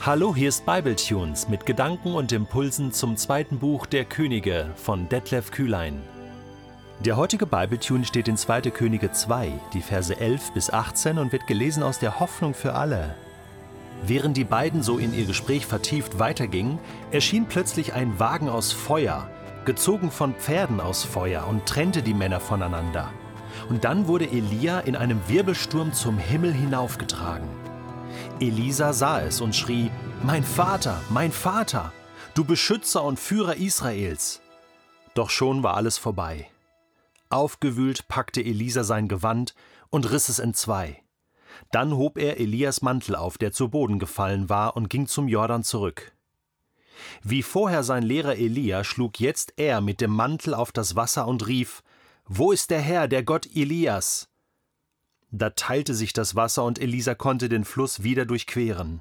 Hallo, hier ist Bibletunes mit Gedanken und Impulsen zum zweiten Buch der Könige von Detlef Kühlein. Der heutige Bibletune steht in 2. Könige 2, die Verse 11 bis 18 und wird gelesen aus der Hoffnung für alle. Während die beiden so in ihr Gespräch vertieft weitergingen, erschien plötzlich ein Wagen aus Feuer, gezogen von Pferden aus Feuer, und trennte die Männer voneinander. Und dann wurde Elia in einem Wirbelsturm zum Himmel hinaufgetragen. Elisa sah es und schrie: mein Vater, du Beschützer und Führer Israels! Doch schon war alles vorbei. Aufgewühlt packte Elisa sein Gewand und riss es entzwei. Dann hob er Elias Mantel auf, der zu Boden gefallen war, und ging zum Jordan zurück. Wie vorher sein Lehrer Elia schlug jetzt er mit dem Mantel auf das Wasser und rief: Wo ist der Herr, der Gott Elias? Da teilte sich das Wasser und Elisa konnte den Fluss wieder durchqueren.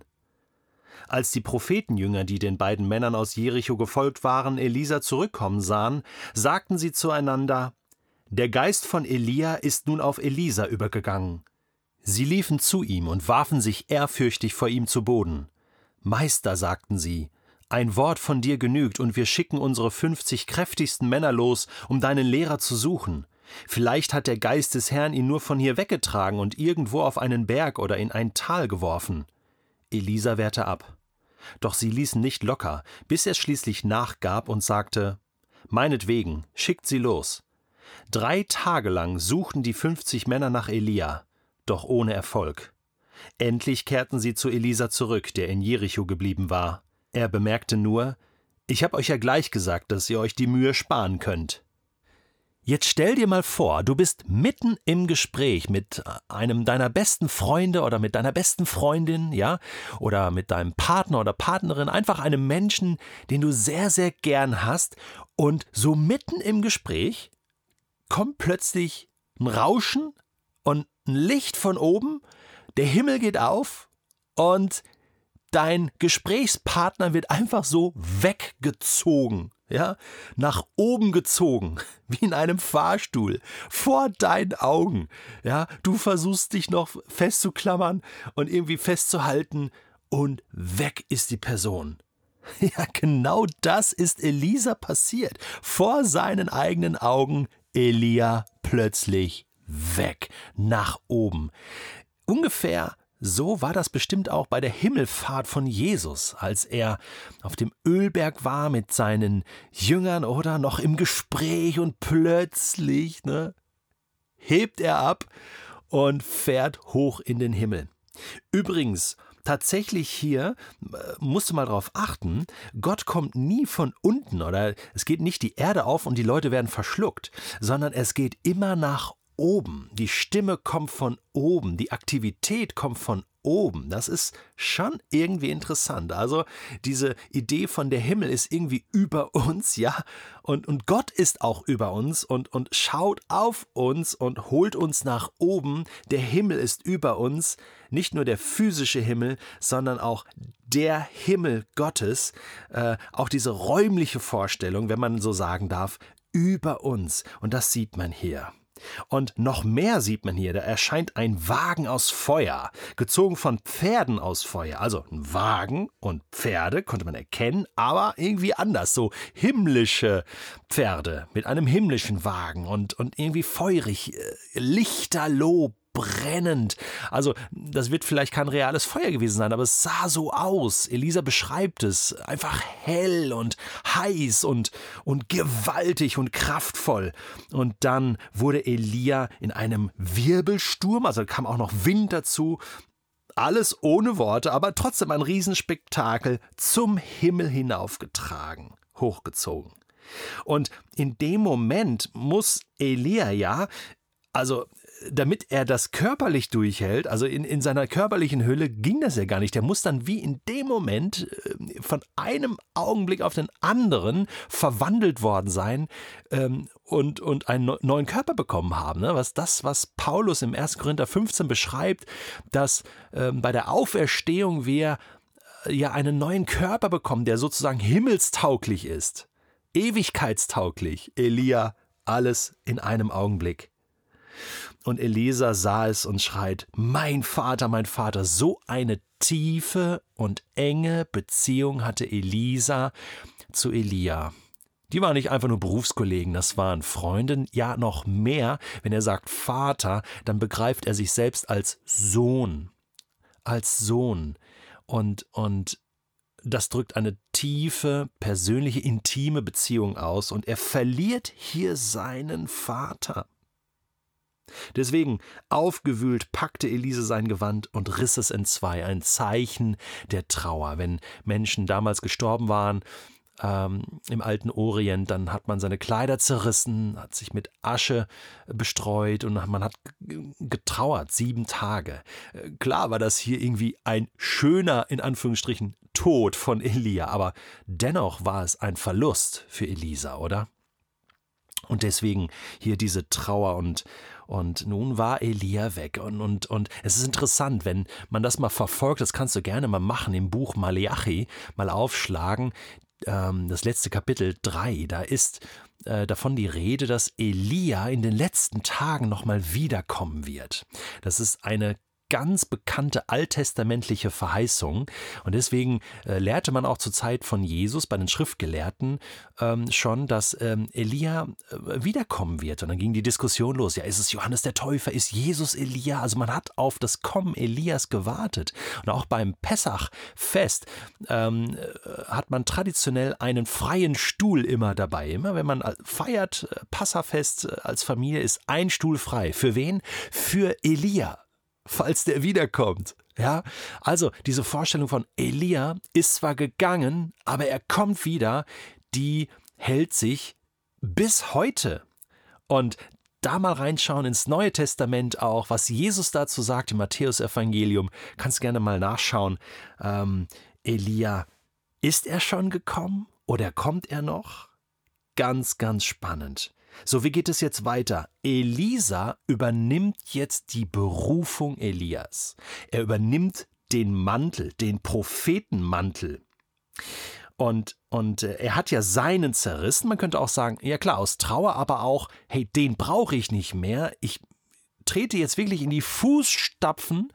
Als die Prophetenjünger, die den beiden Männern aus Jericho gefolgt waren, Elisa zurückkommen sahen, sagten sie zueinander: Der Geist von Elia ist nun auf Elisa übergegangen. Sie liefen zu ihm und warfen sich ehrfürchtig vor ihm zu Boden. Meister, sagten sie, ein Wort von dir genügt, und wir schicken unsere 50 kräftigsten Männer los, um deinen Lehrer zu suchen. Vielleicht hat der Geist des Herrn ihn nur von hier weggetragen und irgendwo auf einen Berg oder in ein Tal geworfen. Elisa wehrte ab. Doch sie ließen nicht locker, bis er schließlich nachgab und sagte: Meinetwegen, schickt sie los. 3 Tage lang suchten die 50 Männer nach Elia, doch ohne Erfolg. Endlich kehrten sie zu Elisa zurück, der in Jericho geblieben war. Er bemerkte nur: Ich habe euch ja gleich gesagt, dass ihr euch die Mühe sparen könnt. Jetzt stell dir mal vor, du bist mitten im Gespräch mit einem deiner besten Freunde oder mit deiner besten Freundin, ja, oder mit deinem Partner oder Partnerin, einfach einem Menschen, den du sehr, sehr gern hast, und so mitten im Gespräch kommt plötzlich ein Rauschen und ein Licht von oben, der Himmel geht auf und dein Gesprächspartner wird einfach so weggezogen, ja, nach oben gezogen, wie in einem Fahrstuhl, vor deinen Augen, ja, du versuchst dich noch festzuklammern und irgendwie festzuhalten, und weg ist die Person. Ja, genau das ist Elisa passiert, vor seinen eigenen Augen. Elia plötzlich weg, nach oben. Ungefähr so war das bestimmt auch bei der Himmelfahrt von Jesus, als er auf dem Ölberg war mit seinen Jüngern oder noch im Gespräch, und plötzlich hebt er ab und fährt hoch in den Himmel. Übrigens, tatsächlich hier musst du mal drauf achten, Gott kommt nie von unten, oder es geht nicht die Erde auf und die Leute werden verschluckt, sondern es geht immer nach oben. Die Stimme kommt von oben, die Aktivität kommt von oben. Das ist schon irgendwie interessant. Also diese Idee von der Himmel ist irgendwie über uns, ja, und Gott ist auch über uns und schaut auf uns und holt uns nach oben. Der Himmel ist über uns, nicht nur der physische Himmel, sondern auch der Himmel Gottes, auch diese räumliche Vorstellung, wenn man so sagen darf, über uns. Und das sieht man hier. Und noch mehr sieht man hier, da erscheint ein Wagen aus Feuer, gezogen von Pferden aus Feuer. Also ein Wagen und Pferde konnte man erkennen, aber irgendwie anders, so himmlische Pferde mit einem himmlischen Wagen und irgendwie feurig, lichterloh, brennend. Also das wird vielleicht kein reales Feuer gewesen sein, aber es sah so aus. Elisa beschreibt es, einfach hell und heiß und gewaltig und kraftvoll. Und dann wurde Elia in einem Wirbelsturm, also kam auch noch Wind dazu, alles ohne Worte, aber trotzdem ein Riesenspektakel, zum Himmel hinaufgetragen, hochgezogen. Und in dem Moment muss Elia ja, also damit er das körperlich durchhält, also in seiner körperlichen Hülle ging das ja gar nicht. Der muss dann wie in dem Moment von einem Augenblick auf den anderen verwandelt worden sein und einen neuen Körper bekommen haben. Ne? Was Paulus im 1. Korinther 15 beschreibt, dass bei der Auferstehung wir ja einen neuen Körper bekommen, der sozusagen himmelstauglich ist, ewigkeitstauglich. Elia, alles in einem Augenblick. Und Elisa sah es und schreit, mein Vater, so eine tiefe und enge Beziehung hatte Elisa zu Elia. Die waren nicht einfach nur Berufskollegen, das waren Freunde, ja noch mehr. Wenn er sagt Vater, dann begreift er sich selbst als Sohn. Und das drückt eine tiefe, persönliche, intime Beziehung aus und er verliert hier seinen Vater. Deswegen, aufgewühlt, packte Elise sein Gewand und riss es entzwei, ein Zeichen der Trauer. Wenn Menschen damals gestorben waren, im alten Orient, dann hat man seine Kleider zerrissen, hat sich mit Asche bestreut und man hat getrauert, 7 Tage. Klar war das hier irgendwie ein schöner, in Anführungsstrichen, Tod von Elia, aber dennoch war es ein Verlust für Elisa, oder? Und deswegen hier diese Trauer und nun war Elia weg. Und es ist interessant, wenn man das mal verfolgt, das kannst du gerne mal machen, im Buch Maleachi mal aufschlagen, das letzte Kapitel 3, da ist davon die Rede, dass Elia in den letzten Tagen nochmal wiederkommen wird. Das ist eine ganz bekannte alttestamentliche Verheißung und deswegen lehrte man auch zur Zeit von Jesus bei den Schriftgelehrten schon, dass Elia wiederkommen wird und dann ging die Diskussion los, ja, ist es Johannes der Täufer, ist Jesus Elia? Also man hat auf das Kommen Elias gewartet und auch beim Pessachfest hat man traditionell einen freien Stuhl immer dabei, immer wenn man feiert, Passafest als Familie ist ein Stuhl frei. Für wen? Für Elia. Falls der wiederkommt. Ja, also diese Vorstellung von Elia ist zwar gegangen, aber er kommt wieder, die hält sich bis heute. Und da mal reinschauen ins Neue Testament auch, was Jesus dazu sagt im Matthäus-Evangelium, kannst gerne mal nachschauen. Elia, ist er schon gekommen oder kommt er noch? Ganz, ganz spannend. So, wie geht es jetzt weiter? Elisa übernimmt jetzt die Berufung Elias. Er übernimmt den Mantel, den Prophetenmantel. Und er hat ja seinen zerrissen. Man könnte auch sagen, ja klar, aus Trauer, aber auch, hey, den brauche ich nicht mehr. Ich trete jetzt wirklich in die Fußstapfen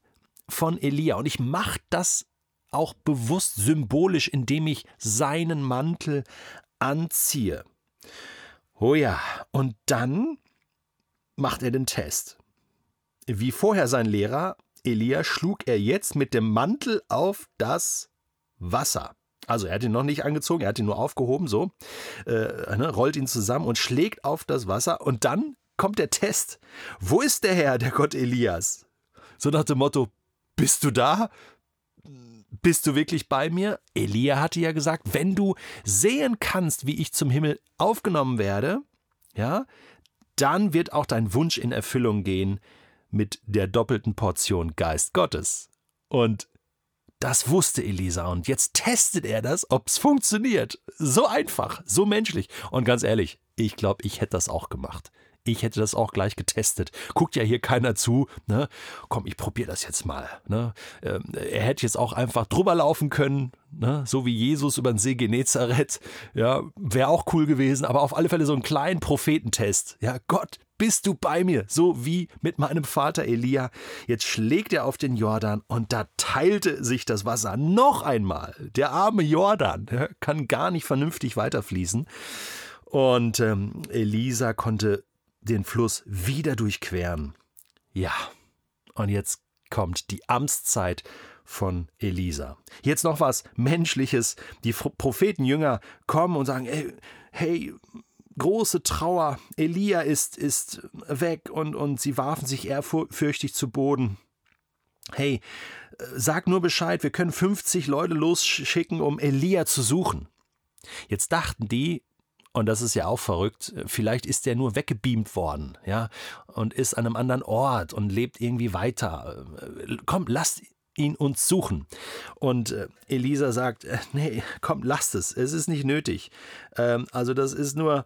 von Elia. Und ich mache das auch bewusst symbolisch, indem ich seinen Mantel anziehe. Oh ja, und dann macht er den Test. Wie vorher sein Lehrer, Elia, schlug er jetzt mit dem Mantel auf das Wasser. Also er hat ihn noch nicht angezogen, er hat ihn nur aufgehoben, so, rollt ihn zusammen und schlägt auf das Wasser. Und dann kommt der Test. Wo ist der Herr, der Gott Elias? So nach dem Motto, bist du da? Bist du wirklich bei mir? Elia hatte ja gesagt, wenn du sehen kannst, wie ich zum Himmel aufgenommen werde, ja, dann wird auch dein Wunsch in Erfüllung gehen mit der doppelten Portion Geist Gottes. Und das wusste Elisa und jetzt testet er das, ob es funktioniert. So einfach, so menschlich. Und ganz ehrlich, ich glaube, ich hätte das auch gemacht. Ich hätte das auch gleich getestet. Guckt ja hier keiner zu. Ne? Komm, ich probiere das jetzt mal. Ne? Er hätte jetzt auch einfach drüber laufen können, ne? So wie Jesus über den See Genezareth. Ja, wäre auch cool gewesen, aber auf alle Fälle so einen kleinen Prophetentest. Ja, Gott, bist du bei mir? So wie mit meinem Vater Elia. Jetzt schlägt er auf den Jordan und da teilte sich das Wasser noch einmal. Der arme Jordan, ja, kann gar nicht vernünftig weiterfließen. Und Elisa konnte den Fluss wieder durchqueren. Ja, und jetzt kommt die Amtszeit von Elisa. Jetzt noch was Menschliches. Die Prophetenjünger kommen und sagen, hey, große Trauer, Elia ist weg und sie warfen sich ehrfürchtig zu Boden. Hey, sag nur Bescheid, wir können 50 Leute losschicken, um Elia zu suchen. Jetzt dachten die, und das ist ja auch verrückt, vielleicht ist der nur weggebeamt worden, ja, und ist an einem anderen Ort und lebt irgendwie weiter. Komm, lasst ihn uns suchen. Und Elisa sagt, nee, komm, lasst es ist nicht nötig. Also das ist nur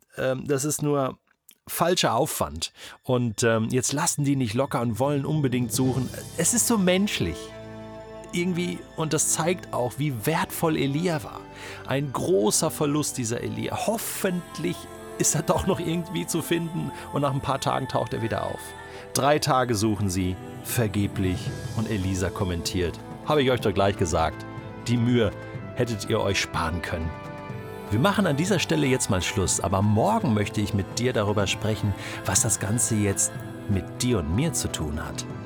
falscher Aufwand. Und jetzt lassen die nicht locker und wollen unbedingt suchen. Es ist so menschlich. Irgendwie, und das zeigt auch, wie wertvoll Elia war. Ein großer Verlust dieser Elia. Hoffentlich ist er doch noch irgendwie zu finden und nach ein paar Tagen taucht er wieder auf. 3 Tage suchen sie, vergeblich, und Elisa kommentiert: Habe ich euch doch gleich gesagt, die Mühe hättet ihr euch sparen können. Wir machen an dieser Stelle jetzt mal Schluss, aber morgen möchte ich mit dir darüber sprechen, was das Ganze jetzt mit dir und mir zu tun hat.